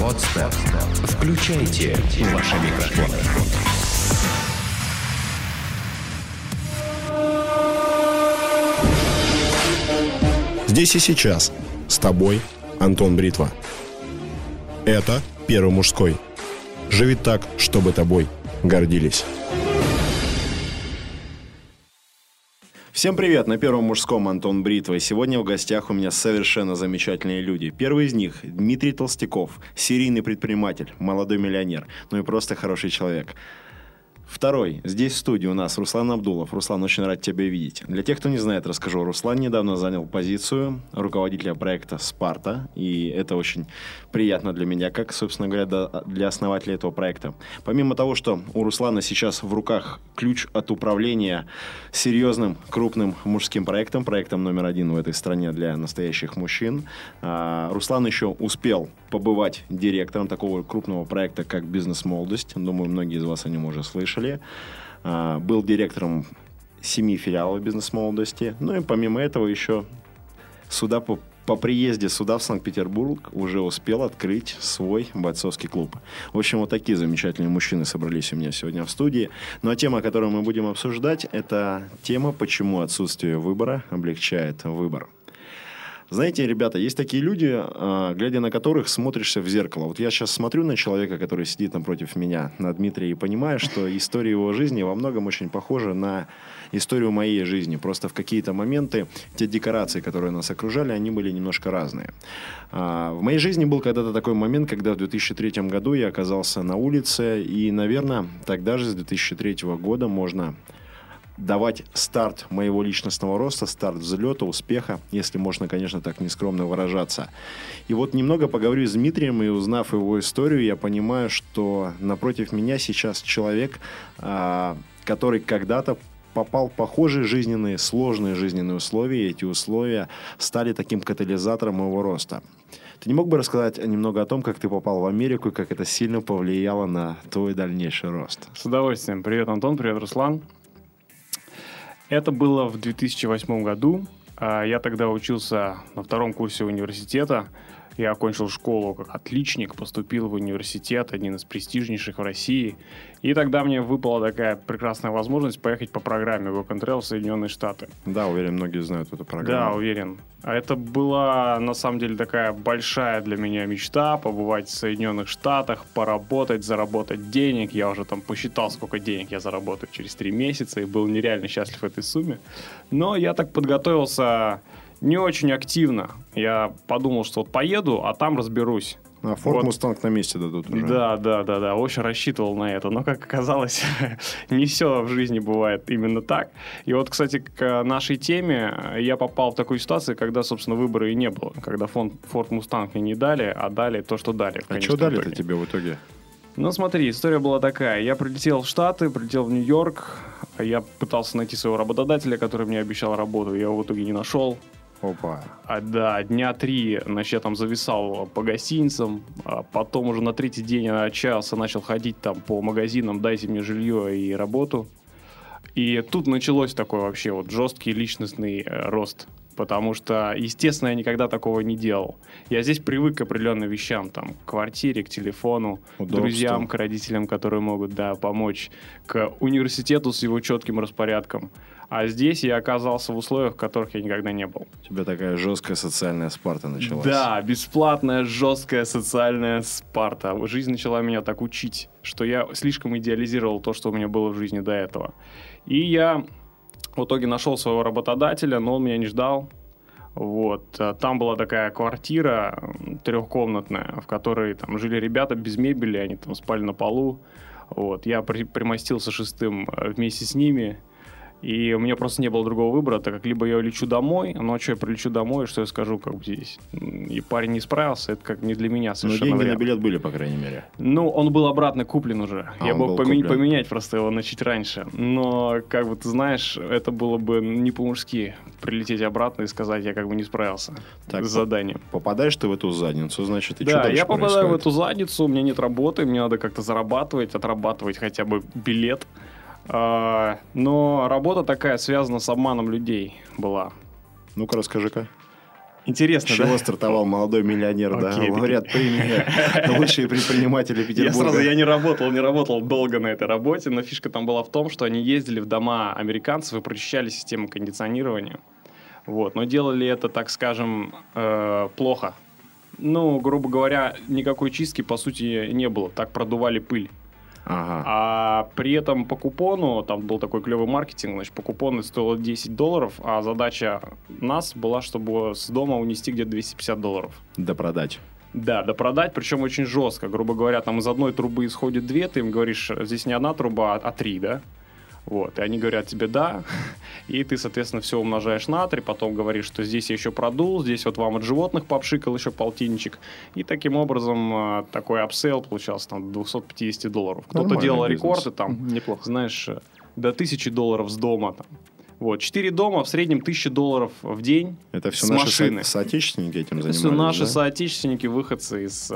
Подстер. Включайте ваши микрофоны. Здесь и сейчас. С тобой Антон Бритва. Это Первый мужской. Живи так, чтобы тобой гордились. Всем привет, на Первом мужском Антон Бритва. И сегодня в гостях у меня совершенно замечательные люди. Первый из них Дмитрий Толстяков, серийный предприниматель, молодой миллионер, ну и просто хороший человек. Второй. Здесь в студии у нас Руслан Абдулов. Руслан, очень рад тебя видеть. Для тех, кто не знает, расскажу. Руслан недавно занял позицию руководителя проекта «Спарта». И это очень приятно для меня, как, собственно говоря, для основателя этого проекта. Помимо того, что у Руслана сейчас в руках ключ от управления серьезным, крупным мужским проектом, проектом номер 1 в этой стране для настоящих мужчин, Руслан еще успел побывать директором такого крупного проекта, как «Бизнес-молодость». Думаю, многие из вас о нем уже слышали. Был директором 7 филиалов «Бизнес-молодости». Ну и помимо этого еще по приезде сюда, в Санкт-Петербург, уже успел открыть свой бойцовский клуб. В общем, вот такие замечательные мужчины собрались у меня сегодня в студии. Ну а тема, которую мы будем обсуждать, это тема, почему отсутствие выбора облегчает выбор. Знаете, ребята, есть такие люди, глядя на которых смотришься в зеркало. Вот я сейчас смотрю на человека, который сидит напротив меня, на Дмитрия, и понимаю, что история его жизни во многом очень похожа на историю моей жизни. Просто в какие-то моменты те декорации, которые нас окружали, они были немножко разные. В моей жизни был когда-то такой момент, когда в 2003 году я оказался на улице, и, наверное, тогда же с 2003 года можно давать старт моего личностного роста, старт взлета, успеха, если можно, конечно, так нескромно выражаться. И вот немного поговорю с Дмитрием, и узнав его историю, я понимаю, что напротив меня сейчас человек, который когда-то попал в похожие жизненные, сложные жизненные условия, и эти условия стали таким катализатором моего роста. Ты не мог бы рассказать немного о том, как ты попал в Америку и как это сильно повлияло на твой дальнейший рост? С удовольствием. Привет, Антон, привет, Руслан. Это было в 2008 году. Я тогда учился на 2-м курсе университета. Я окончил школу как отличник, поступил в университет, один из престижнейших в России. И тогда мне выпала такая прекрасная возможность поехать по программе Work and Travel в Соединенные Штаты. Да, уверен, многие знают эту программу. Да, уверен. А это была, на самом деле, такая большая для меня мечта — побывать в Соединенных Штатах, поработать, заработать денег. Я уже там посчитал, сколько денег я заработаю через 3 месяца, и был нереально счастлив в этой сумме. Но я так подготовился не очень активно. Я подумал, что вот поеду, а там разберусь. А Ford Mustang на месте дадут уже. Да. Очень рассчитывал на это. Но, как оказалось, не все в жизни бывает именно так. И вот, кстати, к нашей теме я попал в такую ситуацию, когда, собственно, выбора и не было. Когда Ford Mustang мне не дали, а дали то, что дали. А что дали-то тебе в итоге? Ну, смотри, история была такая. Я прилетел в Штаты, прилетел в Нью-Йорк. Я пытался найти своего работодателя, который мне обещал работу. Я его в итоге не нашел. Опа. Да, дня 3, значит, я там зависал по гостиницам, а потом уже на 3-й день я отчаялся, начал ходить там по магазинам, дайте мне жилье и работу. И тут началось такой вообще вот жесткий личностный рост, потому что, естественно, я никогда такого не делал. Я здесь привык к определенным вещам, там, к квартире, к телефону, к друзьям, к родителям, которые могут, да, помочь, к университету с его четким распорядком. А здесь я оказался в условиях, в которых я никогда не был. У тебя такая жесткая социальная Спарта началась. Да, бесплатная, жесткая социальная Спарта. Жизнь начала меня так учить, что я слишком идеализировал то, что у меня было в жизни до этого. И я в итоге нашел своего работодателя, но он меня не ждал. Вот. Там была такая квартира 3-комнатная, в которой там жили ребята без мебели, они там спали на полу. Вот. Я примостился 6-м вместе с ними. И у меня просто не было другого выбора, так как либо я лечу домой, ну а что, я прилечу домой, что я скажу, как бы здесь. И парень не справился, это как не для меня совершенно. Но деньги на билет были, по крайней мере. Ну, он был обратно куплен уже. Я мог поменять просто его чуть раньше. Но, как бы ты знаешь, это было бы не по-мужски прилететь обратно и сказать, я как бы не справился с заданием. Попадаешь ты в эту задницу, значит, и что дальше я попадаю происходит? в эту задницу, у меня нет работы, мне надо как-то зарабатывать, отрабатывать хотя бы билет. Но работа такая связана с обманом людей была. Ну-ка, расскажи-ка. Интересно, С чего да? стартовал молодой миллионер, да? Окей. Лауреат премии «Лучшие предприниматели Петербурга». Я не работал долго на этой работе, но фишка там была в том, что они ездили в дома американцев и прочищали систему кондиционирования. Вот. Но делали это, так скажем, плохо. Ну, грубо говоря, никакой чистки, по сути, не было. Так продували пыль. Ага. А при этом по купону, там был такой клевый маркетинг, значит, по купону стоило $10, а задача нас была, чтобы с дома унести где-то $250. Допродать. Да, допродать, причем очень жестко. Грубо говоря, там из одной трубы исходит две, ты им говоришь, здесь не одна труба, а три, да? Вот, и они говорят тебе «да», и ты, соответственно, все умножаешь на 3, потом говоришь, что здесь я еще продул, здесь вот вам от животных попшикал еще полтинничек, и таким образом такой апсейл получался там до $250. Кто-то Нормальный делал бизнес. рекорды там, Неплохо. знаешь, до $1000 с дома там. Вот, 4 дома, в среднем $1000 в день Это все с наши машины. соотечественники этим Это занимались, все наши да? соотечественники, выходцы из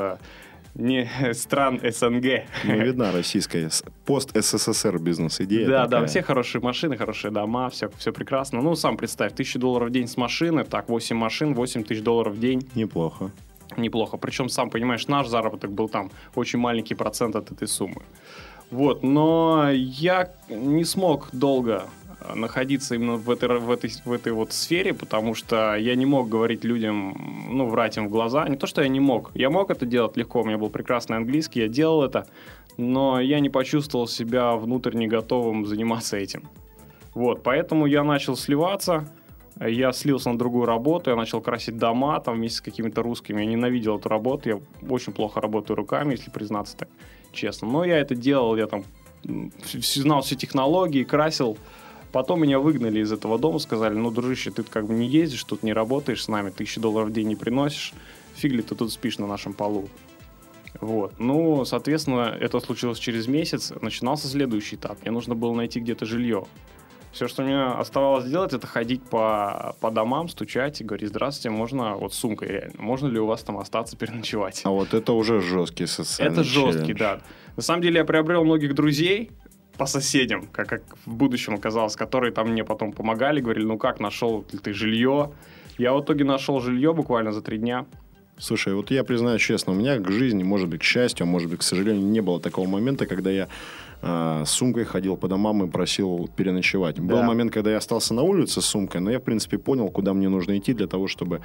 стран СНГ. Ну, видна российская пост-СССР бизнес-идея. Да, такая. да, все хорошие машины, хорошие дома, все прекрасно. Ну, сам представь, $1000 в день с машины, так, 8 машин, $8000 в день. Неплохо. Неплохо. Причем, сам понимаешь, наш заработок был там очень маленький процент от этой суммы. Вот, но я не смог долго находиться именно в этой вот сфере, потому что я не мог говорить людям, ну, врать им в глаза. Не то, что я не мог. Я мог это делать легко, у меня был прекрасный английский, я делал это, но я не почувствовал себя внутренне готовым заниматься этим. Вот, поэтому я начал сливаться, я слился на другую работу, я начал красить дома там вместе с какими-то русскими. Я ненавидел эту работу, я очень плохо работаю руками, если признаться так честно. Но я это делал, я там знал все технологии, красил. Потом меня выгнали из этого дома, сказали, ну, дружище, ты как бы не ездишь, тут не работаешь с нами, $1000 в день не приносишь, фиг ли ты тут спишь на нашем полу. Вот. Ну, соответственно, это случилось через месяц, начинался следующий этап. Мне нужно было найти где-то жилье. Все, что мне оставалось делать, это ходить по домам, стучать и говорить, здравствуйте, можно, вот с сумкой реально, можно ли у вас там остаться переночевать? А вот это уже жесткий социальный Это жесткий, челлендж. да. На самом деле я приобрел многих друзей по соседям, как в будущем оказалось, которые там мне потом помогали, говорили, ну как, нашел ли ты жилье? Я в итоге нашел жилье буквально за 3 дня. Слушай, вот я признаю честно, у меня к жизни, может быть, к счастью, а может быть, к сожалению, не было такого момента, когда я с сумкой ходил по домам и просил переночевать. Был момент, когда я остался на улице с сумкой, но я, в принципе, понял, куда мне нужно идти для того, чтобы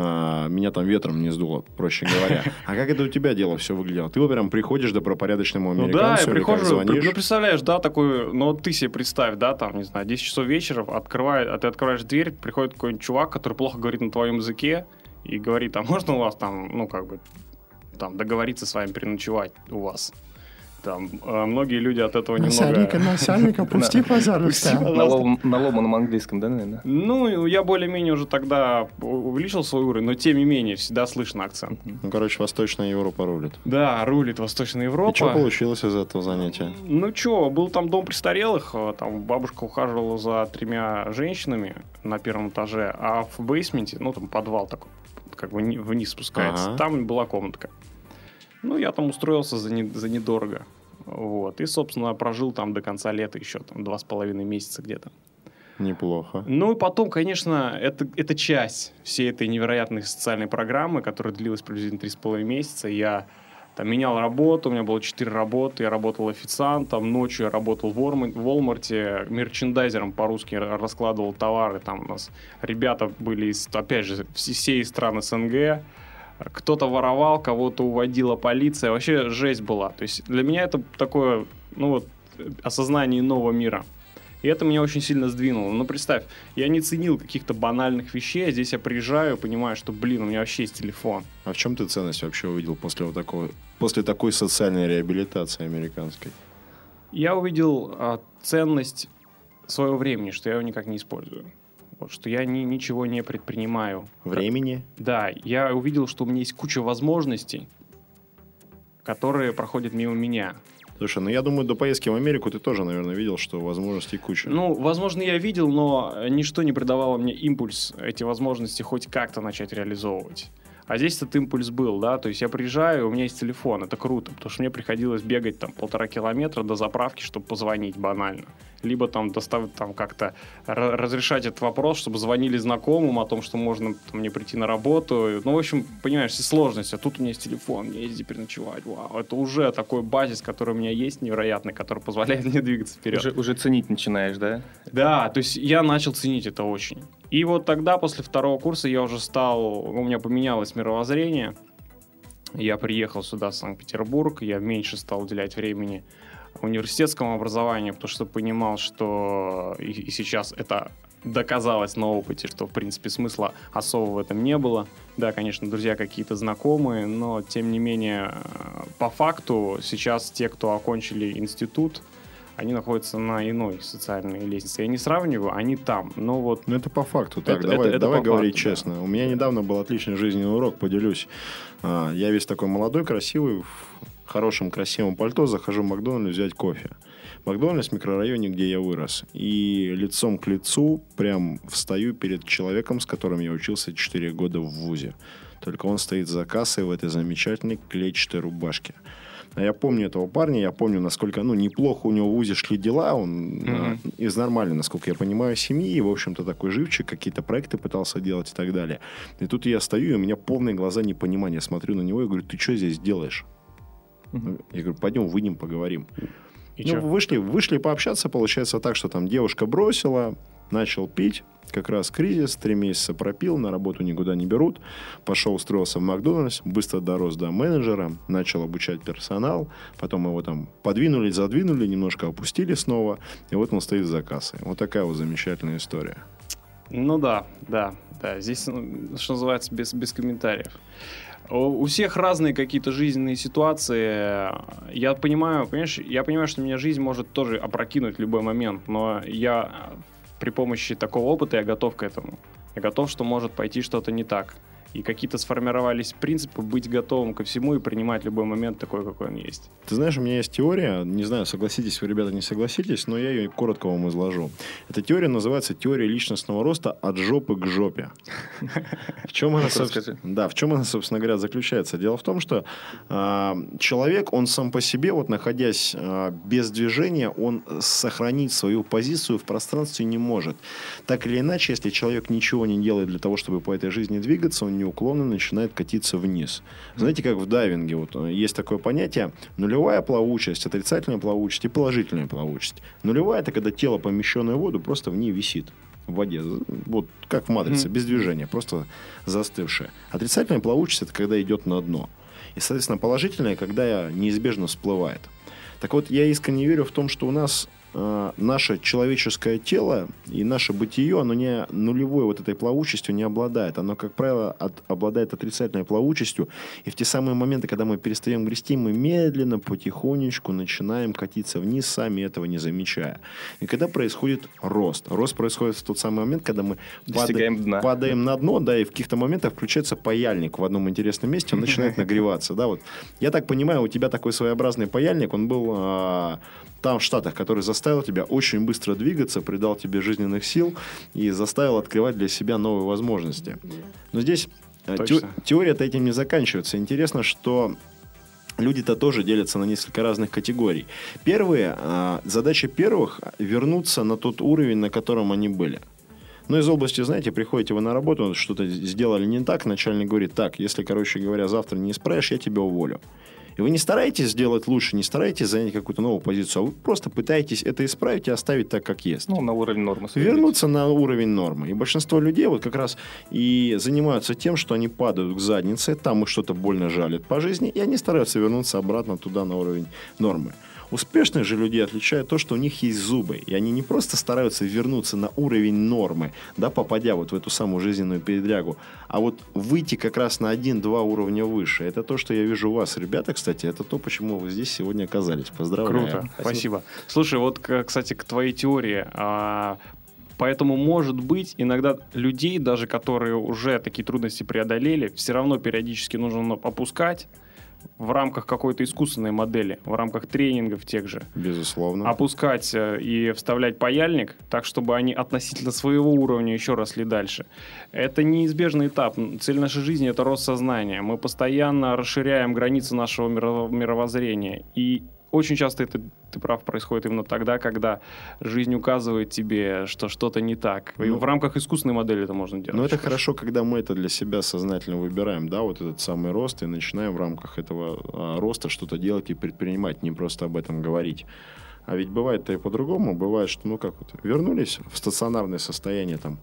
меня там ветром не сдуло, проще говоря. А как это у тебя дело все выглядело? Ты вот прям приходишь добропорядочному Ну да, я американцу, или как прихожу, звонишь? ну представляешь, да, такой, ну вот ты себе представь, да, там, не знаю, 10 часов вечера, ты открываешь дверь, приходит какой-нибудь чувак, который плохо говорит на твоем языке, и говорит, а можно у вас там, ну, как бы, там, договориться с вами переночевать у вас? Там, многие люди от этого немного... Насальника, пусти, пожалуйста. На ломаном английском, да, наверное? Ну, я более-менее уже тогда увеличил свой уровень, но тем не менее всегда слышно акцент. Ну, короче, Восточная Европа рулит. Да, рулит Восточная И Европа. что получилось из этого занятия? Ну что, был там дом престарелых, там бабушка ухаживала за 3 женщинами на первом этаже, а в бейсменте, ну там подвал такой, как бы вниз спускается, там была комнатка. Ну, я там устроился за недорого. Вот. И, собственно, прожил там до конца лета еще там 2,5 месяца где-то. Неплохо. Ну, и потом, конечно, это часть всей этой невероятной социальной программы, которая длилась приблизительно 3,5 месяца. Я там менял работу, у меня было 4 работы. Я работал официантом, ночью я работал в Walmart, мерчендайзером по-русски раскладывал товары. Там у нас ребята были, опять же, все из стран СНГ. Кто-то воровал, кого-то уводила полиция. Вообще жесть была. То есть для меня это такое, ну вот, осознание нового мира. И это меня очень сильно сдвинуло. Ну, представь, я не ценил каких-то банальных вещей, а здесь я приезжаю и понимаю, что, блин, у меня вообще есть телефон. А в чем ты ценность вообще увидел после такой социальной реабилитации американской? Я увидел ценность своего времени, что я его никак не использую. Вот, что я ничего не предпринимаю. Времени? Да, я увидел, что у меня есть куча возможностей, которые проходят мимо меня. Слушай, ну я думаю, до поездки в Америку ты тоже, наверное, видел, что возможностей куча. Ну, возможно, я видел, но ничто не придавало мне импульс эти возможности хоть как-то начать реализовывать. А здесь этот импульс был, да, то есть я приезжаю, у меня есть телефон, это круто, потому что мне приходилось бегать там 1,5 километра до заправки, чтобы позвонить банально. Либо там доставить, там как-то разрешать этот вопрос, чтобы звонили знакомым о том, что можно там, не прийти на работу. Ну, в общем, понимаешь, все сложности. А тут у меня есть телефон, мне есть где переночевать. Вау, это уже такой базис, который у меня есть невероятный, который позволяет мне двигаться вперед. Уже ценить начинаешь, да? Да, то есть я начал ценить это очень. И вот тогда, после 2-го курса, я уже стал, у меня поменялось мировоззрение. Я приехал сюда, в Санкт-Петербург, я меньше стал уделять времени университетскому образованию, потому что понимал, что и сейчас это доказалось на опыте, что, в принципе, смысла особого в этом не было. Да, конечно, друзья какие-то знакомые, но, тем не менее, по факту сейчас те, кто окончили институт, они находятся на иной социальной лестнице. Я не сравниваю, они там, но вот... Ну, это по факту. Так, Это давай по говорить факту, честно. да. У меня недавно был отличный жизненный урок, поделюсь. Я весь такой молодой, красивый, в хорошем красивом пальто, захожу в Макдональдс взять кофе. Макдональдс в микрорайоне, где я вырос. И лицом к лицу прям встаю перед человеком, с которым я учился 4 года в вузе. Только он стоит за кассой в этой замечательной клетчатой рубашке. Я помню этого парня, я помню, насколько неплохо у него в ВУЗе шли дела. Он из нормальной, насколько я понимаю, семьи. В общем-то, такой живчик, какие-то проекты пытался делать и так далее. И тут я стою, и у меня полные глаза непонимания. Смотрю на него и говорю: ты что здесь делаешь? Я говорю: пойдем, выйдем, поговорим. Вышли пообщаться. Получается так, что там девушка бросила, начал пить. Как раз кризис, 3 месяца пропил, на работу никуда не берут. Пошел, устроился в Макдональдс, быстро дорос до менеджера, начал обучать персонал. Потом его там подвинули, задвинули, немножко опустили снова. И вот он стоит за кассой. Вот такая вот замечательная история. Ну да. Здесь, что называется, без комментариев. У всех разные какие-то жизненные ситуации. Я понимаю, что меня жизнь может тоже опрокинуть в любой момент, но при помощи такого опыта я готов к этому. Я готов, что может пойти что-то не так. И какие-то сформировались принципы быть готовым ко всему и принимать любой момент такой, какой он есть. Ты знаешь, у меня есть теория, не знаю, согласитесь вы, ребята, не согласитесь, но я ее коротко вам изложу. Эта теория называется теория личностного роста от жопы к жопе. В чем она, собственно говоря, заключается? Дело в том, что человек, он сам по себе, вот находясь без движения, он сохранить свою позицию в пространстве не может. Так или иначе, если человек ничего не делает для того, чтобы по этой жизни двигаться, он неуклонно начинает катиться вниз. Знаете, как в дайвинге, вот есть такое понятие: нулевая плавучесть, отрицательная плавучесть и положительная плавучесть. Нулевая — это когда тело, помещенное в воду, просто в ней висит в воде. Вот как в матрице, без движения, просто застывшее. Отрицательная плавучесть — это когда идет на дно. И, соответственно, положительная, когда неизбежно всплывает. Так вот, я искренне верю в том, что у нас наше человеческое тело и наше бытие, оно не нулевой вот этой плавучестью не обладает. Оно, как правило, обладает отрицательной плавучестью. И в те самые моменты, когда мы перестаем грести, мы медленно, потихонечку начинаем катиться вниз, сами этого не замечая. И когда происходит рост. Рост происходит в тот самый момент, когда мы падаем на дно, да, и в каких-то моментах включается паяльник в одном интересном месте, он начинает нагреваться. Да, вот. Я так понимаю, у тебя такой своеобразный паяльник, он был там, в Штатах, который заставил тебя очень быстро двигаться, придал тебе жизненных сил и заставил открывать для себя новые возможности. Но здесь теория-то этим не заканчивается. Интересно, что люди-то тоже делятся на несколько разных категорий. Задача первых — вернуться на тот уровень, на котором они были. Но из области, знаете, приходите вы на работу, что-то сделали не так, начальник говорит: так, если, короче говоря, завтра не исправишь, я тебя уволю. И вы не стараетесь сделать лучше, не стараетесь занять какую-то новую позицию, а вы просто пытаетесь это исправить и оставить так, как есть. На уровень нормы. Вернуться на уровень нормы. И большинство людей вот как раз и занимаются тем, что они падают к заднице, там их что-то больно жалит по жизни, и они стараются вернуться обратно туда, на уровень нормы. Успешных же людей отличает то, что у них есть зубы. И они не просто стараются вернуться на уровень нормы, да, попадя вот в эту самую жизненную передрягу, а вот выйти как раз на 1-2 уровня выше. Это то, что я вижу у вас, ребята, кстати. Это то, почему вы здесь сегодня оказались. Поздравляю. Круто, спасибо. Слушай, вот, кстати, к твоей теории. Поэтому, может быть, иногда людей, даже которые уже такие трудности преодолели, все равно периодически нужно опускать, в рамках какой-то искусственной модели, в рамках тренингов тех же. Безусловно. Опускать и вставлять паяльник так, чтобы они относительно своего уровня еще росли дальше. Это неизбежный этап. Цель нашей жизни — это рост сознания. Мы постоянно расширяем границы нашего мировоззрения. И очень часто это, ты прав, происходит именно тогда, когда жизнь указывает тебе, что что-то не так. И в рамках искусственной модели это можно делать. Но это хорошо, когда мы это для себя сознательно выбираем, да, вот этот самый рост, и начинаем в рамках этого роста что-то делать и предпринимать, не просто об этом говорить. А ведь бывает-то и по-другому. Бывает, что, вернулись в стационарное состояние, там,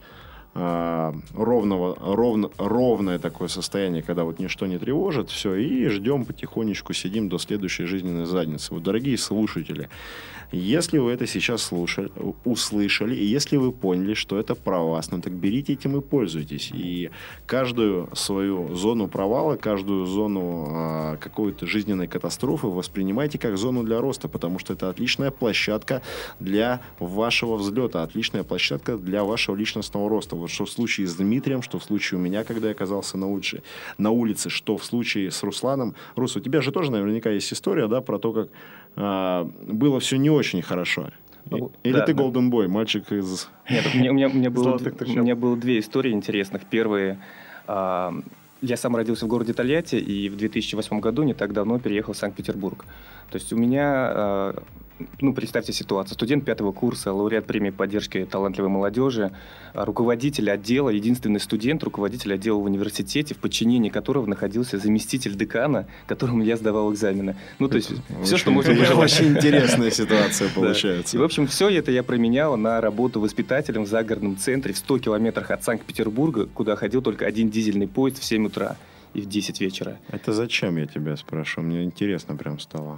ровное такое состояние, когда вот ничто не тревожит, все, и ждем потихонечку, сидим до следующей жизненной задницы. Вот, дорогие слушатели, если вы это сейчас услышали, и если вы поняли, что это про вас, так берите этим и пользуйтесь. И каждую свою зону провала, каждую зону какой-то жизненной катастрофы воспринимайте как зону для роста, потому что это отличная площадка для вашего взлета, отличная площадка для вашего личностного роста. Вот что в случае с Дмитрием, что в случае у меня, когда я оказался на улице, что в случае с Русланом. Рус, у тебя же тоже наверняка есть история, да, про то, как было все не очень хорошо. Или да, ты Golden Boy, мальчик из... Нет, у меня было две истории интересных. Первые... Я сам родился в городе Тольятти и в 2008 году, не так давно, переехал в Санкт-Петербург. То есть у меня... представьте ситуацию. Студент 5-го курса, лауреат премии поддержки талантливой молодежи, руководитель отдела, единственный студент, руководитель отдела в университете, в подчинении которого находился заместитель декана, которому я сдавал экзамены. То есть все, что можно пожелать. Очень интересная ситуация получается. И, в общем, все это я променял на работу воспитателем в загородном центре в 100 километрах от Санкт-Петербурга, куда ходил только один дизельный поезд в 7 утра и в 10 вечера. Это зачем, я тебя спрашиваю? Мне интересно прям стало.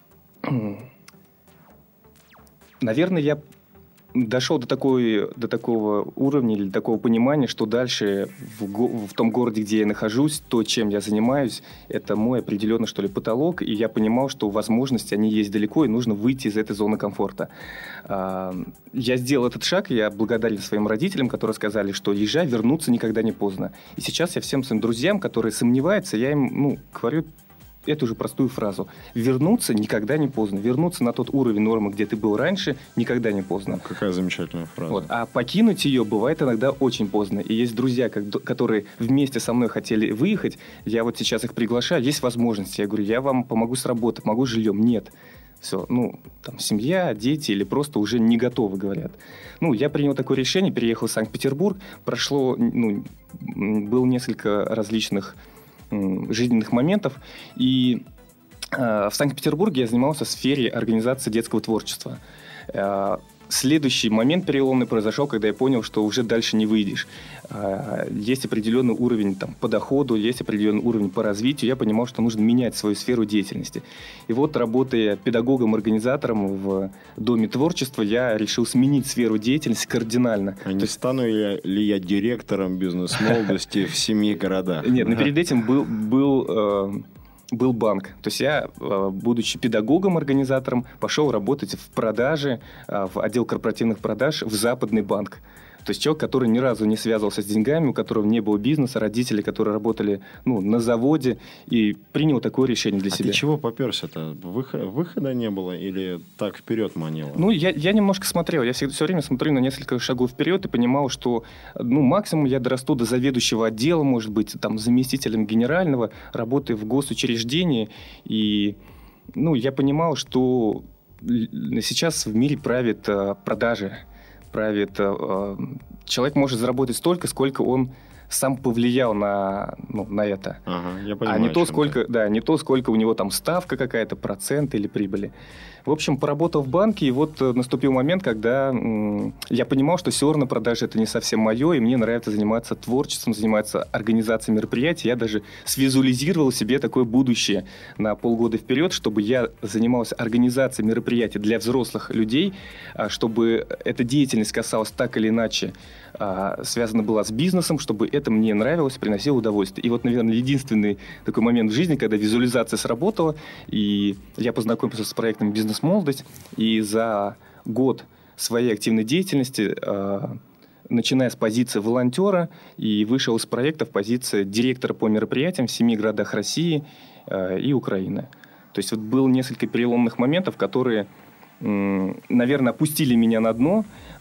Наверное, я дошел до такого уровня или до такого понимания, что дальше в том городе, где я нахожусь, то, чем я занимаюсь, это мой определенный, что ли, потолок, и я понимал, что возможности, они есть далеко, и нужно выйти из этой зоны комфорта. Я сделал этот шаг, я благодарен своим родителям, которые сказали, что езжай, вернуться никогда не поздно. И сейчас я всем своим друзьям, которые сомневаются, я им, говорю эту же простую фразу. Вернуться никогда не поздно. Вернуться на тот уровень нормы, где ты был раньше, никогда не поздно. Какая замечательная фраза. А покинуть ее бывает иногда очень поздно. И есть друзья, которые вместе со мной хотели выехать. Я вот сейчас их приглашаю. Есть возможности. Я говорю, я вам помогу с работой, помогу с жильем. Нет. Все, семья, дети или просто уже не готовы, говорят. Я принял такое решение, переехал в Санкт-Петербург. Прошло, было несколько различных жизненных моментов. И в Санкт-Петербурге я занимался в сфере организации детского творчества. Следующий момент переломный произошел, когда я понял, что уже дальше не выйдешь. Есть определенный уровень по доходу, есть определенный уровень по развитию. Я понимал, что нужно менять свою сферу деятельности. И вот, работая педагогом-организатором в Доме творчества, я решил сменить сферу деятельности кардинально. А не стану ли я директором бизнес-молодости в 7 городах? Нет, но перед этим был банк. То есть я, будучи педагогом-организатором, пошел работать в продаже, в отдел корпоративных продаж в Западный банк. То есть человек, который ни разу не связывался с деньгами, у которого не было бизнеса, родители, которые работали на заводе, и принял такое решение для себя. А ты чего попёрся-то? Выхода не было или так вперед манило? Я немножко смотрел. Я все время смотрю на несколько шагов вперед и понимал, что максимум я дорасту до заведующего отдела, может быть, заместителем генерального, работая в госучреждении. И я понимал, что сейчас в мире правит продажи. Человек может заработать столько, сколько он сам повлиял на это. Ага, я понимаю, не то, сколько у него там ставка какая-то, процент или прибыли. В общем, поработал в банке, и вот наступил момент, когда я понимал, что все равно продажи — это не совсем мое, и мне нравится заниматься творчеством, заниматься организацией мероприятий. Я даже свизуализировал себе такое будущее на полгода вперед, чтобы я занимался организацией мероприятий для взрослых людей, чтобы эта деятельность касалась так или иначе, связана была с бизнесом, чтобы это мне нравилось, приносило удовольствие. И вот, наверное, единственный такой момент в жизни, когда визуализация сработала, и я познакомился с проектом «Бизнес-молодость», и за год своей активной деятельности, начиная с позиции волонтера, и вышел из проекта в позиции директора по мероприятиям в 7 городах России, и Украина. То есть вот было несколько переломных моментов, которые, наверное, опустили меня на дно,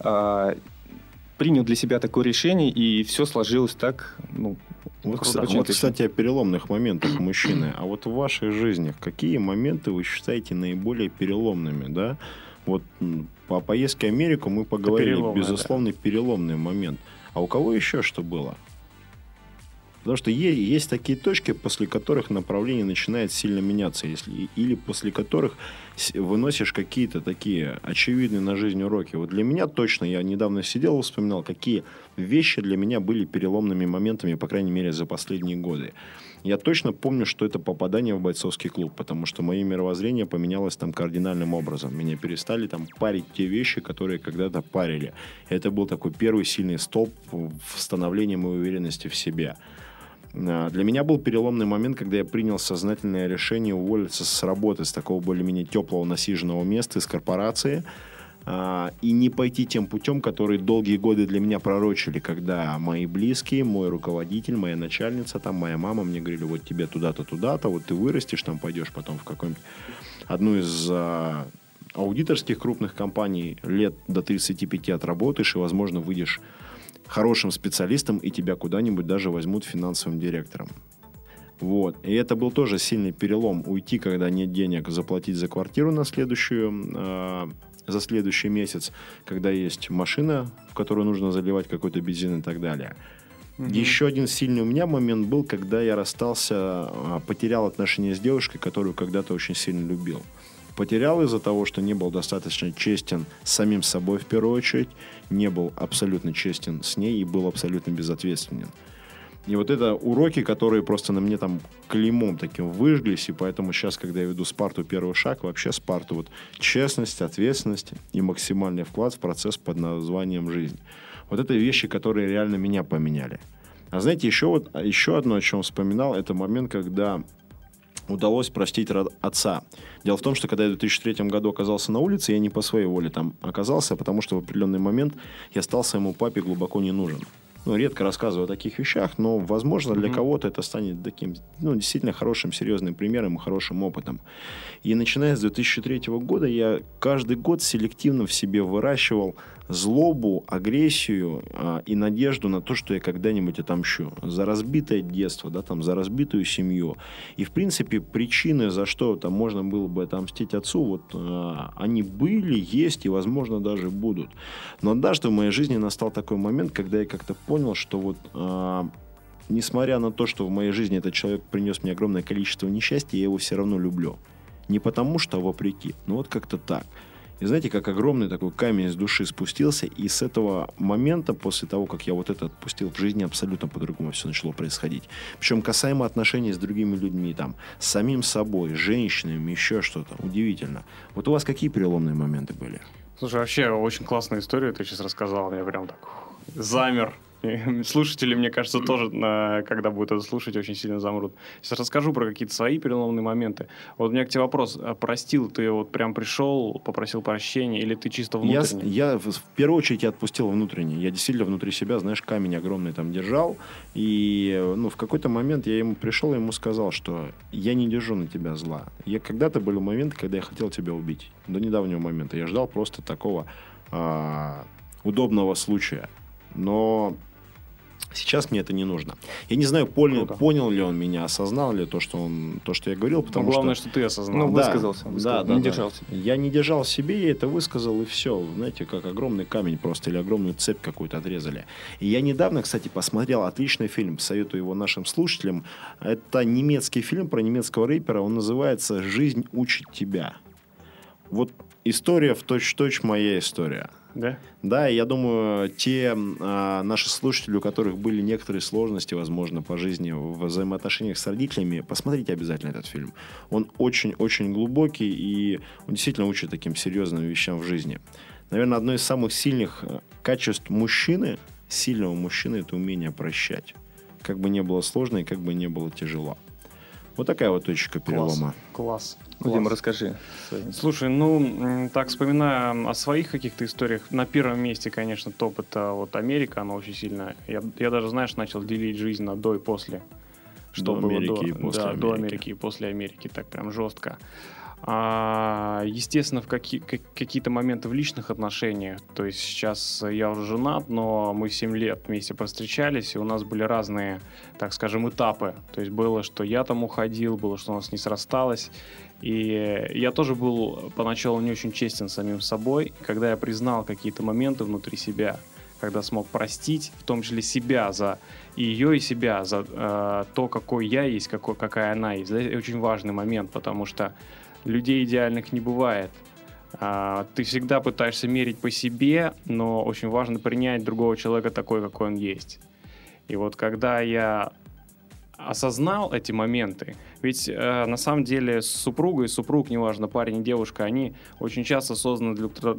принял для себя такое решение, и все сложилось так, Вот, очень вот, отлично. кстати, о переломных моментах мужчины. А вот в вашей жизни какие моменты вы считаете наиболее переломными, да? Вот по поездке в Америку мы поговорили, безусловно, переломный момент. А у кого еще что было? Потому что есть такие точки, после которых направление начинает сильно меняться, или после которых выносишь какие-то такие очевидные на жизнь уроки. Вот для меня точно, я недавно сидел и вспоминал, какие вещи для меня были переломными моментами, по крайней мере, за последние годы. Я точно помню, что это попадание в бойцовский клуб, потому что мое мировоззрение поменялось там кардинальным образом. Меня перестали там парить те вещи, которые когда-то парили. Это был такой первый сильный столб в становлении моей уверенности в себе. Для меня был переломный момент, когда я принял сознательное решение уволиться с работы, с такого более-менее теплого, насиженного места, из корпорации, и не пойти тем путем, который долгие годы для меня пророчили, когда мои близкие, мой руководитель, моя начальница, там, моя мама мне говорили, вот тебе туда-то, туда-то, вот ты вырастешь, там пойдешь потом в какую-нибудь одну из аудиторских крупных компаний, лет до 35 отработаешь и, возможно, выйдешь хорошим специалистом, и тебя куда-нибудь даже возьмут финансовым директором. Вот. И это был тоже сильный перелом. Уйти, когда нет денег, заплатить за квартиру за следующий месяц, когда есть машина, в которую нужно заливать какой-то бензин и так далее. Еще один сильный у меня момент был, когда я расстался, потерял отношения с девушкой, которую когда-то очень сильно любил. Потерял из-за того, что не был достаточно честен с самим собой в первую очередь, не был абсолютно честен с ней и был абсолютно безответственен. И вот это уроки, которые просто на мне там клеймом таким выжглись, и поэтому сейчас, когда я веду Спарту первый шаг, вообще Спарту вот честность, ответственность и максимальный вклад в процесс под названием «Жизнь». Вот это вещи, которые реально меня поменяли. А знаете, еще одно, о чем вспоминал, это момент, когда удалось простить отца. Дело в том, что когда я в 2003 году оказался на улице, я не по своей воле там оказался, потому что в определенный момент я стал своему папе глубоко не нужен. Редко рассказываю о таких вещах, но, возможно, для кого-то это станет таким, действительно хорошим, серьезным примером и хорошим опытом. И начиная с 2003 года я каждый год селективно в себе выращивал злобу, агрессию и надежду на то, что я когда-нибудь отомщу. За разбитое детство, да, там, за разбитую семью. И, в принципе, причины, за что там можно было бы отомстить отцу, они были, есть и, возможно, даже будут. Но однажды в моей жизни настал такой момент, когда я как-то понял, что несмотря на то, что в моей жизни этот человек принес мне огромное количество несчастья, я его все равно люблю. Не потому что, а вопреки. Как-то так. И знаете, как огромный такой камень с души спустился, и с этого момента, после того, как я это отпустил, в жизни абсолютно по-другому все начало происходить. Причем касаемо отношений с другими людьми, там, с самим собой, с женщинами, еще что-то. Удивительно. Вот у вас какие переломные моменты были? Слушай, вообще очень классную историю ты сейчас рассказал. Я прям так замер. И слушатели, мне кажется, тоже, когда будут это слушать, очень сильно замрут. Сейчас расскажу про какие-то свои переломные моменты. Вот у меня к тебе вопрос. Простил ты прям пришел, попросил прощения, или ты чисто внутренне? Я в первую очередь отпустил внутренне. Я действительно внутри себя, знаешь, камень огромный там держал. И в какой-то момент я ему пришел и ему сказал, что я не держу на тебя зла. Когда-то были моменты, когда я хотел тебя убить. До недавнего момента. Я ждал просто такого удобного случая. Но сейчас мне это не нужно. Я не знаю, понял ли он меня, осознал ли то, что я говорил. Потому главное, что ты осознал. Высказался. Не держал себя. Я не держал в себе, я это высказал, и все. Знаете, как огромный камень просто, или огромную цепь какую-то отрезали. И я недавно, кстати, посмотрел отличный фильм, советую его нашим слушателям. Это немецкий фильм про немецкого рэпера, он называется «Жизнь учит тебя». Вот история в точь-в-точь моя история. Да? Да, я думаю, те наши слушатели, у которых были некоторые сложности, возможно, по жизни в взаимоотношениях с родителями, посмотрите обязательно этот фильм. Он очень-очень глубокий, и он действительно учит таким серьезным вещам в жизни. Наверное, одно из самых сильных качеств мужчины, сильного мужчины, это умение прощать. Как бы ни было сложно и как бы ни было тяжело. Вот такая вот точка перелома. Класс. Дима, расскажи. Слушай, так вспоминая о своих каких-то историях, на первом месте, конечно, топ это Америка, она очень сильно. Я даже, знаешь, начал делить жизнь на до и после. что до было Америки и после до Америки. Америки и после Америки, так прям жестко. Естественно, в какие-то моменты в личных отношениях, то есть сейчас я уже женат, но мы 7 лет вместе повстречались, и у нас были разные, так скажем, этапы. То есть было, что я там уходил, было, что у нас не срасталось, и я тоже был поначалу не очень честен с самим собой. Когда я признал какие-то моменты внутри себя, когда смог простить, в том числе себя за и ее, и себя за то, какой я есть, какая она есть. Это очень важный момент, потому что людей идеальных не бывает. Ты всегда пытаешься мерить по себе, но очень важно принять другого человека такой, какой он есть. И вот когда я осознал эти моменты, ведь на самом деле супруг, неважно, парень и девушка, они очень часто созданы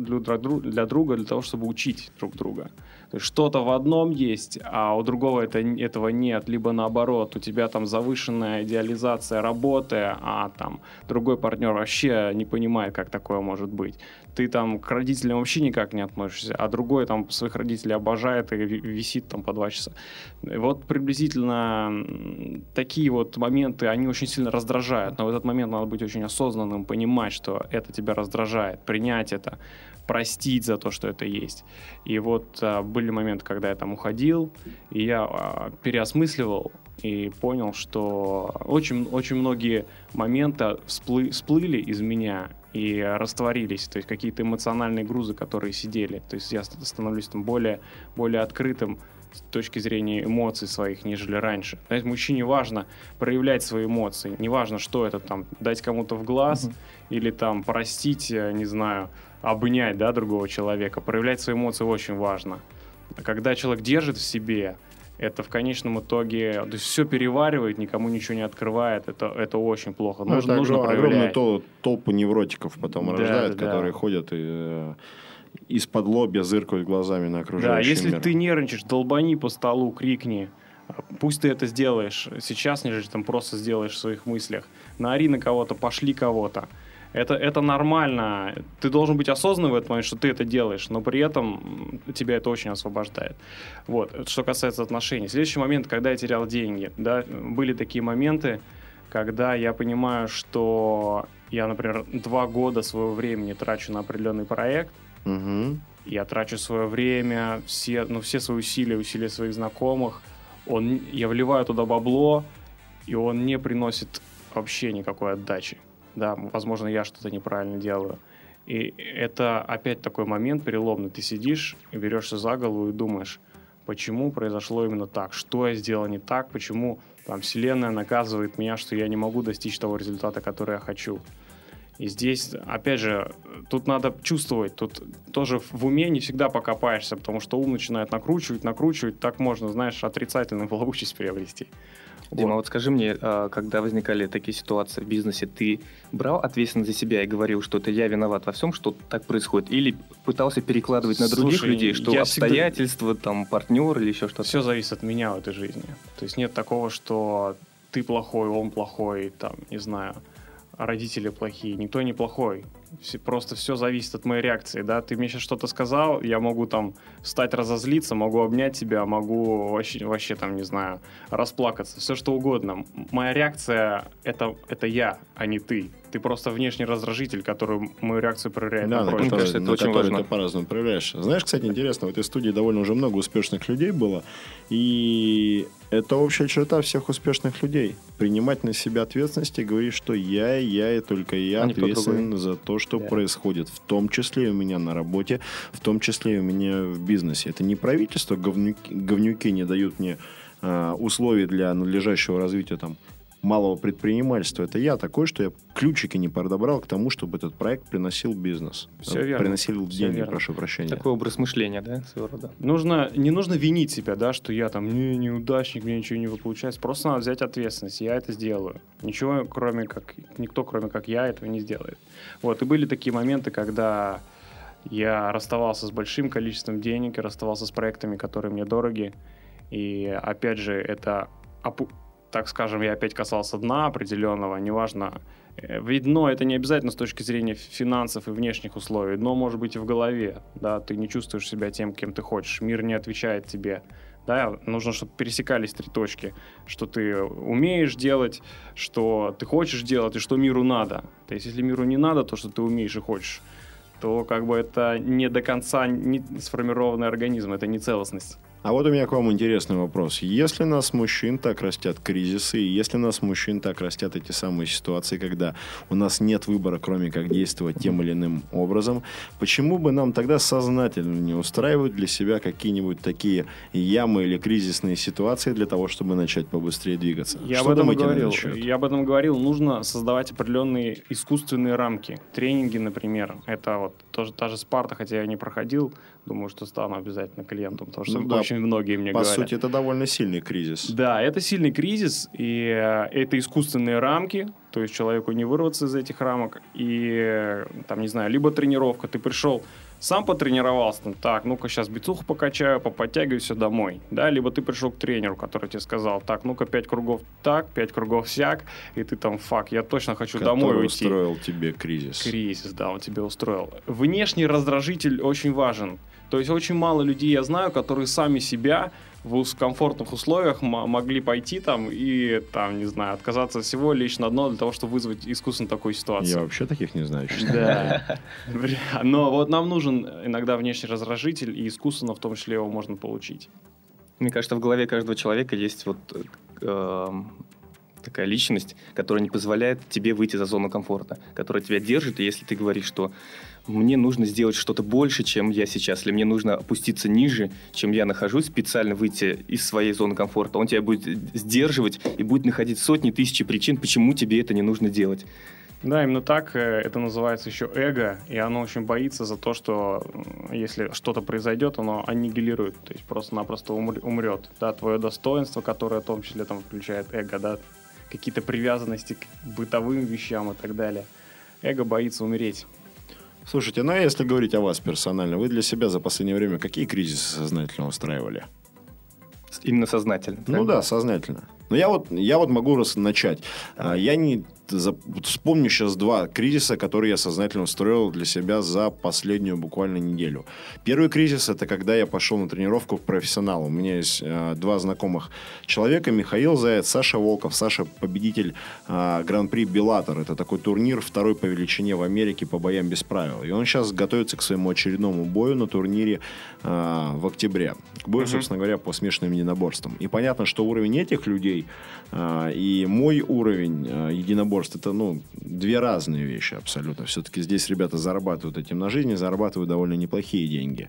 для друга, для того, чтобы учить друг друга. То есть что-то в одном есть, а у другого этого нет, либо наоборот, у тебя там завышенная идеализация работы, а там другой партнер вообще не понимает, как такое может быть. Ты там к родителям вообще никак не относишься, а другой там своих родителей обожает и висит там по 2 часа. И вот приблизительно такие вот моменты, они очень сильно раздражают, но в этот момент надо быть очень осознанным, понимать, что это тебя раздражает, принять это, простить за то, что это есть. И вот были моменты, когда я там уходил, и я переосмысливал и понял, что очень, очень многие моменты всплыли из меня и растворились, то есть какие-то эмоциональные грузы, которые сидели. То есть я становлюсь там более открытым с точки зрения эмоций своих, нежели раньше. Знаете, мужчине важно проявлять свои эмоции. Не важно, что это там, дать кому-то в глаз или там простить, не знаю, обнять, да, другого человека. Проявлять свои эмоции очень важно. Когда человек держит в себе, это в конечном итоге, то есть все переваривает, никому ничего не открывает, это очень плохо. Нужно проявлять. Огромную толпу невротиков потом рождают, которые ходят и из-под лобья зыркают глазами на окружающий мир. Да, если ты нервничаешь, долбани по столу, крикни. Пусть ты это сделаешь сейчас, нежели там просто сделаешь в своих мыслях. Наори на кого-то, пошли кого-то. Это нормально. Ты должен быть осознанным в этот момент, что ты это делаешь, но при этом тебя это очень освобождает. Вот. Что касается отношений. Следующий момент, когда я терял деньги. Да, были такие моменты, когда я понимаю, что я, например, 2 года своего времени трачу на определенный проект. Угу. Я трачу свое время, все свои усилия своих знакомых. Я вливаю туда бабло, и он не приносит вообще никакой отдачи. Да, возможно, я что-то неправильно делаю. И это опять такой момент переломный. Ты сидишь и берешься за голову и думаешь, почему произошло именно так, что я сделал не так, почему там Вселенная наказывает меня, что я не могу достичь того результата, который я хочу. И здесь, опять же, тут надо чувствовать, тут тоже в уме не всегда покопаешься, потому что ум начинает накручивать, так можно, знаешь, отрицательную плавучесть приобрести. Дима, вот скажи мне, когда возникали такие ситуации в бизнесе, ты брал ответственность за себя и говорил, что это я виноват во всем, что так происходит, или пытался перекладывать на других людей, что обстоятельства, там, партнер или еще что-то? Все зависит от меня в этой жизни. То есть нет такого, что ты плохой, он плохой, там, не знаю, родители плохие. Никто не плохой. Просто все зависит от моей реакции, да. Ты мне сейчас что-то сказал, я могу там встать, разозлиться, могу обнять тебя, могу вообще там, не знаю, расплакаться, все что угодно. Моя реакция это я, а не ты. Ты просто внешний раздражитель, который мою реакцию проверяет. Да, мне кажется, это очень важно. Ты по-разному проявляешь. Знаешь, кстати, интересно, в этой студии довольно уже много успешных людей было, и это общая черта всех успешных людей. Принимать на себя ответственность и говорить, что я и только я ответственен за то, что происходит. В том числе и у меня на работе, в том числе и у меня в бизнесе. Это не правительство, говнюки не дают мне условий для надлежащего развития там малого предпринимательства. Это я такой, что я ключики не подобрал к тому, чтобы этот проект приносил бизнес. Все верно. Приносил деньги, прошу прощения. Такой образ мышления, да, своего рода. Не нужно винить себя, да, что я там неудачник, мне ничего не получается. Просто надо взять ответственность, я это сделаю. Никто, кроме как я, этого не сделает. Вот, и были такие моменты, когда я расставался с большим количеством денег, и расставался с проектами, которые мне дороги. И опять же, это так скажем, я опять касался дна определенного, неважно. Ведь дно это не обязательно с точки зрения финансов и внешних условий. Дно может быть и в голове, да, ты не чувствуешь себя тем, кем ты хочешь. Мир не отвечает тебе Да, нужно, чтобы пересекались 3 точки, что ты умеешь делать, что ты хочешь делать и что миру надо. То есть, если миру не надо то, что ты умеешь и хочешь, то как бы это не до конца не сформированный организм, это не целостность. А вот у меня к вам интересный вопрос. Если нас, мужчин, так растят кризисы, и если нас, мужчин, так растят эти самые ситуации, когда у нас нет выбора, кроме как действовать тем или иным образом, почему бы нам тогда сознательно не устраивать для себя какие-нибудь такие ямы или кризисные ситуации для того, чтобы начать побыстрее двигаться? Я об этом говорил. Нужно создавать определенные искусственные рамки. Тренинги, например. Это вот тоже та же Спарта, хотя я не проходил. Думаю, что стану обязательно клиентом, потому что очень многие мне говорят. По сути, это довольно сильный кризис. Да, это сильный кризис, и это искусственные рамки, то есть человеку не вырваться из этих рамок. И, там, не знаю, либо тренировка, ты пришел, сам потренировался, там, так, ну-ка сейчас бицуху покачаю, поподтягивайся домой. Да, либо ты пришел к тренеру, который тебе сказал, так, ну-ка 5 кругов так, 5 кругов сяк, и ты там, я точно хочу домой уйти. Который устроил тебе кризис. Кризис, да, он тебе устроил. Внешний раздражитель очень важен. То есть очень мало людей я знаю, которые сами себя в комфортных условиях могли пойти там и, там, не знаю, отказаться от всего лишь на дно для того, чтобы вызвать искусственно такую ситуацию. Я вообще таких не знаю. Да. Но вот нам нужен иногда внешний раздражитель, и искусственно в том числе его можно получить. Мне кажется, в голове каждого человека есть вот такая личность, которая не позволяет тебе выйти за зону комфорта, которая тебя держит, и если ты говоришь, что мне нужно сделать что-то больше, чем я сейчас, или мне нужно опуститься ниже, чем я нахожусь, специально выйти из своей зоны комфорта, он тебя будет сдерживать и будет находить сотни, тысячи причин, почему тебе это не нужно делать. Да, именно так. Это называется еще эго, и оно очень боится за то, что если что-то произойдет, оно аннигилирует, то есть просто-напросто умрет. Да, твое достоинство, которое в том числе там включает эго, да, какие-то привязанности к бытовым вещам и так далее. Эго боится умереть. Слушайте, ну а если говорить о вас персонально, вы для себя за последнее время какие кризисы сознательно устраивали? Именно сознательно. Ну да, сознательно. Но я вот могу начать. Я не вспомню сейчас 2 кризиса, которые я сознательно устроил для себя за последнюю буквально неделю. Первый кризис — это когда я пошел на тренировку к профессионалу. У меня есть 2 знакомых человека: Михаил Заяц, Саша Волков. Саша — победитель Гран-при Беллатор. Это такой турнир, 2-й по величине в Америке по боям без правил. И он сейчас готовится к своему очередному бою на турнире в октябре. К бою, собственно говоря, по смешанным единоборствам. И понятно, что уровень этих людей и мой уровень единоборств — это, 2 разные вещи абсолютно. Все-таки здесь ребята зарабатывают этим на жизни, зарабатывают довольно неплохие деньги.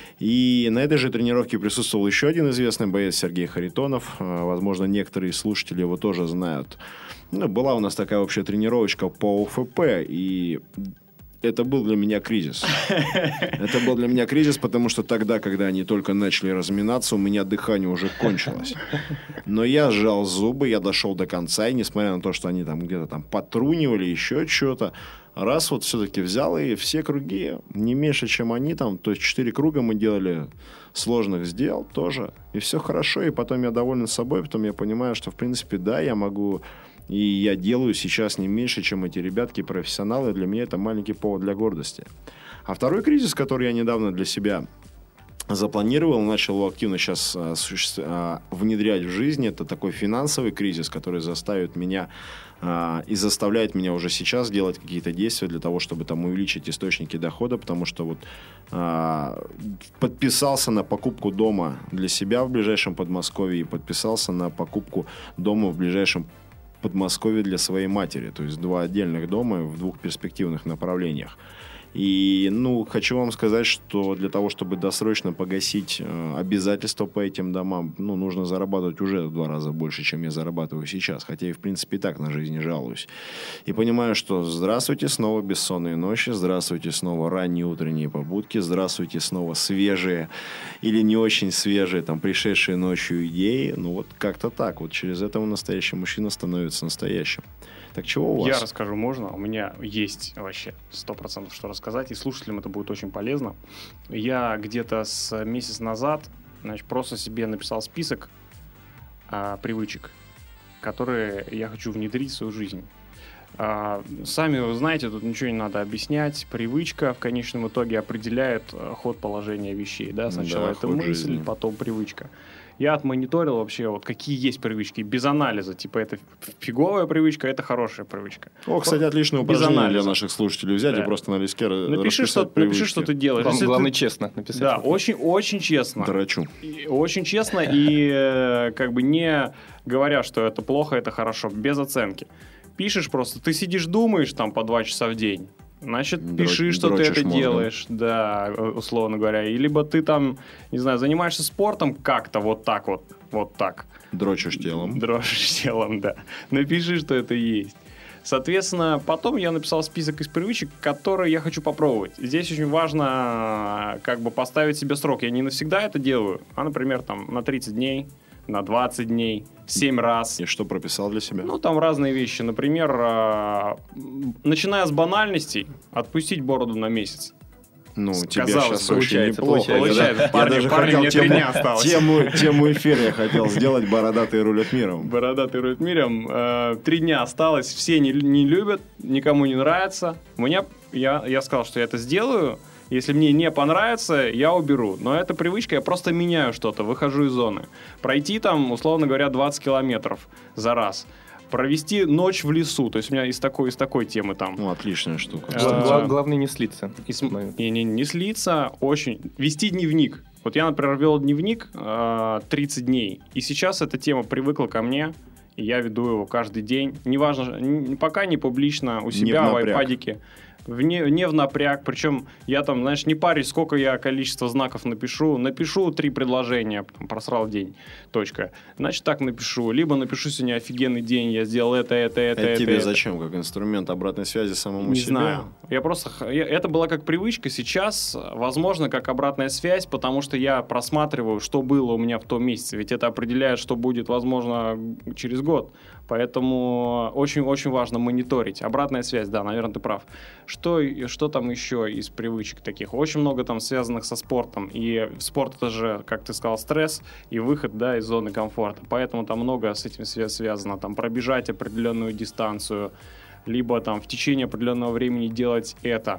И на этой же тренировке присутствовал еще один известный боец, Сергей Харитонов. Возможно, некоторые слушатели его тоже знают. Была у нас такая общая тренировочка по ОФП, и это был для меня кризис. Это был для меня кризис, потому что тогда, когда они только начали разминаться, у меня дыхание уже кончилось. Но я сжал зубы, я дошел до конца, и несмотря на то, что они там где-то там потрунивали, еще что-то, раз вот все-таки взял, и все круги не меньше, чем они там, то есть 4 круга мы делали, сложных сделал тоже, и все хорошо, и потом я доволен собой, потом я понимаю, что в принципе, да, я могу... И я делаю сейчас не меньше, чем эти ребятки, профессионалы. Для меня это маленький повод для гордости. А второй кризис, который я недавно для себя запланировал, начал его активно сейчас внедрять в жизнь, это такой финансовый кризис, который заставит меня и заставляет меня уже сейчас делать какие-то действия для того, чтобы там увеличить источники дохода, потому что вот подписался на покупку дома для себя в ближайшем Подмосковье и подписался на покупку дома в ближайшем Подмосковье для своей матери. То есть 2 отдельных дома в 2 перспективных направлениях. И, хочу вам сказать, что для того, чтобы досрочно погасить обязательства по этим домам, нужно зарабатывать уже в 2 раза больше, чем я зарабатываю сейчас. Хотя и, в принципе, и так на жизнь не жалуюсь. И понимаю, что здравствуйте снова бессонные ночи, здравствуйте снова ранние утренние побудки, здравствуйте снова свежие или не очень свежие, там, пришедшие ночью идеи. Вот как-то так. Вот через это настоящий мужчина становится настоящим. Так чего у вас? Я расскажу, можно? У меня есть вообще 100% что рассказать, и слушателям это будет очень полезно. Я где-то с месяц назад, просто себе написал список привычек, которые я хочу внедрить в свою жизнь. Сами вы знаете, тут ничего не надо объяснять. Привычка в конечном итоге определяет ход положения вещей. Да? Сначала это мысль, потом привычка. я отмониторил вообще, вот какие есть привычки, без анализа. Типа, это фиговая привычка, это хорошая привычка. О, кстати, отличное Без упражнение для анализа. наших слушателей взять Да. и просто на листке Напиши, что ты делаешь. Если Главное, ты- честно написать. Да, очень честно. Драчу. И очень честно и как бы не говоря, что это плохо, это хорошо, без оценки. Пишешь просто, ты сидишь, думаешь там по 2 часа в день, значит, пиши, что ты дрочишь это мозгом. делаешь, да, условно говоря. И либо ты там, не знаю, занимаешься спортом как-то вот так вот так. Дрочишь телом. Дрожишь телом, да. Напиши, что это есть. Соответственно, потом я написал список из привычек, которые я хочу попробовать. Здесь очень важно как бы поставить себе срок. Я не навсегда это делаю, а, например, там на 30 дней, на 20 дней, 7 раз. И что прописал для себя? Ну, там разные вещи. Например, начиная с банальностей, отпустить бороду на месяц. Ну, тебе казалось сейчас бы, очень получается, неплохо. получается. Я Парни, даже парни, хотел мне 3 дня осталось. тему эфира я хотел сделать «Бородатые рулят миром». Бородатый рулит миром. 3 дня осталось, все не любят, никому не нравится. Я сказал, что я это сделаю. Если мне не понравится, я уберу. Но это привычка, я просто меняю что-то, выхожу из зоны. Пройти там, условно говоря, 20 километров за раз. Провести ночь в лесу. То есть у меня из такой темы там. Ну, отличная штука. Главное не слиться. Не слиться, очень. Вести дневник. Вот я, например, вел дневник 30 дней. И сейчас эта тема привыкла ко мне. И я веду его каждый день. Неважно, пока не публично, у себя в айпадике. Не в напряг, причем я там, знаешь, не парюсь, сколько я количество знаков напишу 3 предложения, потом просрал день, точка. Значит, так напишу, либо напишу сегодня офигенный день, я сделал это тебе это. зачем? Как инструмент обратной связи самому Не себе? знаю. Это была как привычка, сейчас, возможно, как обратная связь, потому что я просматриваю, что было у меня в том месяце, ведь это определяет, что будет, возможно, через год. Поэтому очень-очень важно мониторить. Обратная связь, да, наверное, ты прав. Что там еще из привычек таких? Очень много там связанных со спортом. И спорт — это же, как ты сказал, стресс и выход, да, из зоны комфорта. Поэтому там много с этим связано. Там пробежать определенную дистанцию, либо там в течение определенного времени делать это.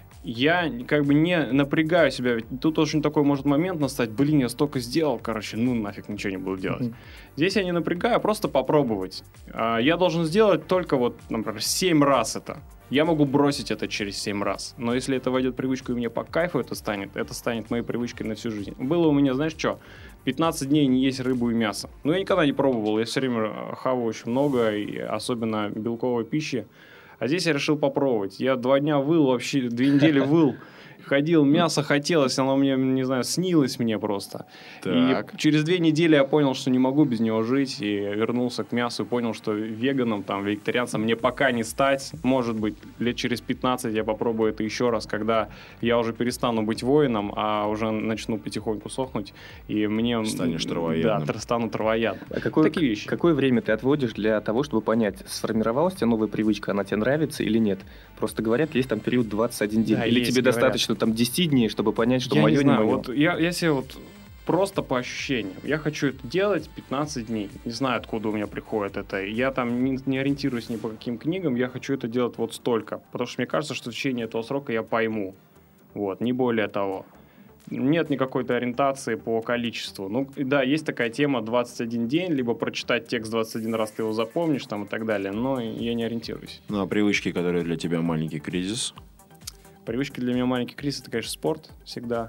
Я как бы не напрягаю себя, ведь тут очень такой может момент настать, блин, я столько сделал, короче, ну нафиг ничего не буду делать. Здесь я не напрягаю, просто попробовать. Я должен сделать только вот, например, 7 раз это. Я могу бросить это через 7 раз, но если это войдет в привычку и мне по кайфу это станет моей привычкой на всю жизнь. Было у меня, знаешь что, 15 дней не есть рыбу и мясо. Но я никогда не пробовал, я все время хаваю очень много, и особенно белковой пищи. А здесь я решил попробовать. Я 2 дня выл, вообще 2 недели выл. Ходил, мясо хотелось, оно мне, не знаю, снилось мне просто. Так. И через 2 недели я понял, что не могу без него жить, и вернулся к мясу, и понял, что веганом, там, вегетарианцем мне пока не стать. Может быть, лет через 15 я попробую это еще раз, когда я уже перестану быть воином, а уже начну потихоньку сохнуть, и мне... Станешь травоядным. Да, стану травоядным. А Такие вещи. какое время ты отводишь для того, чтобы понять, сформировалась у тебя новая привычка, она тебе нравится или нет? Просто говорят, есть там период 21 день. Да, Или есть, тебе говорят. достаточно там 10 дней, чтобы понять, что Я мое не знаю, мое. вот я себе вот просто по ощущениям. Я хочу это делать 15 дней. Не знаю, откуда у меня приходит это. Я там не ориентируюсь ни по каким книгам. Я хочу это делать вот столько. Потому что мне кажется, что в течение этого срока я пойму. Вот, не более того. Нет никакой-то ориентации по количеству. Ну, да, есть такая тема 21 день, либо прочитать текст 21 раз, ты его запомнишь там и так далее. Но я не ориентируюсь. Ну, а привычки, которые для тебя маленький кризис? Привычки для меня маленький кризис — это, конечно, спорт всегда.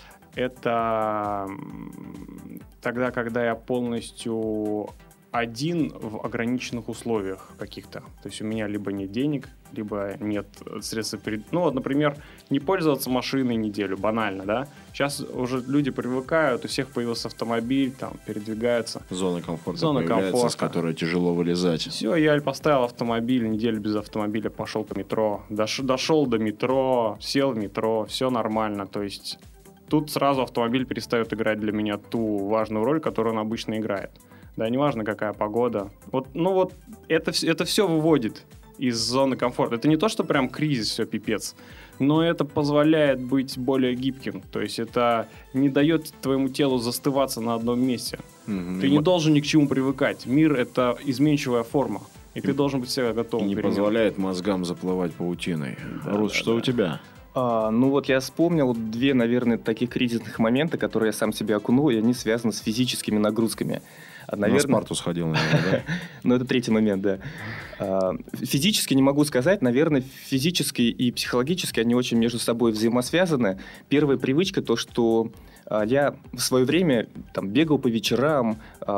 Это тогда, когда я полностью один в ограниченных условиях каких-то. То есть у меня либо нет денег, либо нет средств... Ну вот, например, не пользоваться машиной неделю, банально, да? Сейчас уже люди привыкают, у всех появился автомобиль, там, передвигаются. Зона комфорта Зона появляется, комфорта. с которой тяжело вылезать. Все, я поставил автомобиль, неделю без автомобиля, пошел по метро. Дошел до метро, сел в метро, все нормально. То есть тут сразу автомобиль перестает играть для меня ту важную роль, которую он обычно играет. Да, неважно, какая погода. Вот, ну вот, это все выводит из зоны комфорта. Это не то, что прям кризис, все пипец, но это позволяет быть более гибким. То есть это не дает твоему телу застываться на одном месте. Ты не должен ни к чему привыкать. Мир — это изменчивая форма. И ты должен быть всегда готовым. И не позволяет мозгам заплывать паутиной. Рус, что у тебя? Ну вот я вспомнил 2, наверное, таких кризисных момента, которые я сам себя окунул, и они связаны с физическими нагрузками. На Спарту сходил, наверное, да? Ну, это 3-й момент, да. Физически не могу сказать. Наверное, физически и психологически они очень между собой взаимосвязаны. Первая привычка, то, что я в свое время бегал по вечерам,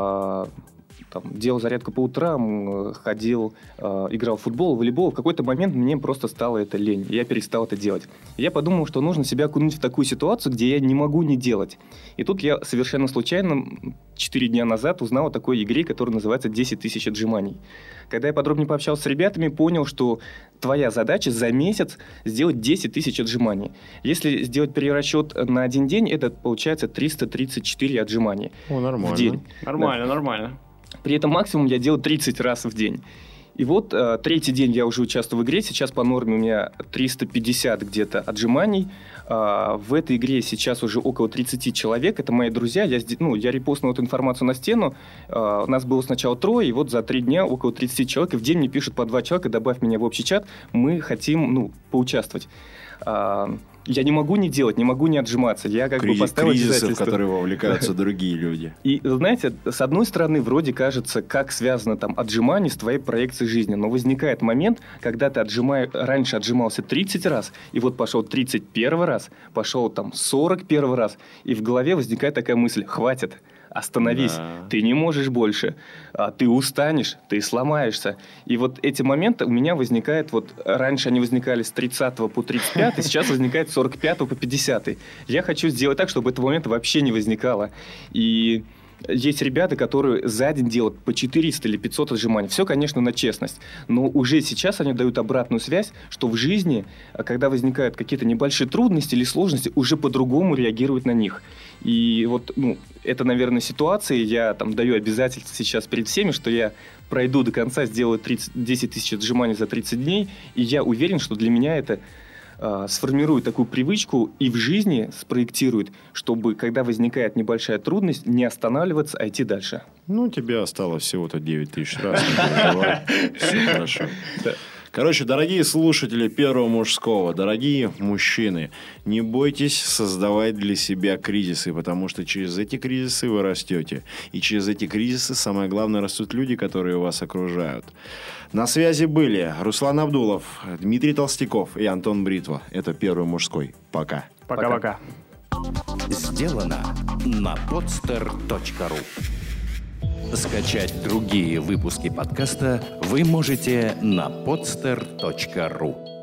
делал зарядку по утрам, ходил, играл в футбол, волейбол. В какой-то момент мне просто стало это лень. Я перестал это делать. Я подумал, что нужно себя окунуть в такую ситуацию, где я не могу не делать. И тут я совершенно случайно 4 дня назад узнал о такой игре, которая называется 10 тысяч отжиманий. Когда я подробнее пообщался с ребятами, понял, что твоя задача за месяц сделать 10 тысяч отжиманий. Если сделать перерасчет на один день, это получается 334 отжимания в день. Нормально. При этом максимум я делаю 30 раз в день. И вот 3-й день я уже участвую в игре. Сейчас по норме у меня 350 где-то отжиманий. В этой игре сейчас уже около 30 человек. Это мои друзья. Я репостнул эту информацию на стену. Нас было сначала 3, и вот за 3 дня около 30 человек. И в день мне пишут по 2 человека: добавь меня в общий чат. Мы хотим поучаствовать. Я не могу не делать, не могу не отжиматься. Я поставил кризисы, в которые вовлекаются другие люди. И, знаете, с одной стороны, вроде кажется, как связано отжимание с твоей проекцией жизни. Но возникает момент, когда ты раньше отжимался 30 раз, и вот пошел 31 раз, пошел 41 раз, и в голове возникает такая мысль: хватит. Остановись, ты не можешь больше, ты устанешь, ты сломаешься. И вот эти моменты у меня возникают, раньше они возникали с 30 по 35, сейчас возникает с 45 по 50. Я хочу сделать так, чтобы этого момента вообще не возникало. И есть ребята, которые за день делают по 400 или 500 отжиманий. Все, конечно, на честность. Но уже сейчас они дают обратную связь, что в жизни, когда возникают какие-то небольшие трудности или сложности, уже по-другому реагируют на них. И это, наверное, ситуация. Я даю обязательство сейчас перед всеми, что я пройду до конца, сделаю 10 тысяч отжиманий за 30 дней. И я уверен, что для меня это сформирует такую привычку и в жизни спроектирует, чтобы, когда возникает небольшая трудность, не останавливаться, а идти дальше. Тебе осталось всего-то 9 тысяч раз. Все хорошо. Короче, дорогие слушатели Первого мужского, дорогие мужчины, не бойтесь создавать для себя кризисы, потому что через эти кризисы вы растете. И через эти кризисы, самое главное, растут люди, которые вас окружают. На связи были Руслан Абдулов, Дмитрий Толстяков и Антон Бритва. Это Первый мужской. Пока. Пока-пока. Сделано на podster.ru. Скачать другие выпуски подкаста вы можете на podster.ru.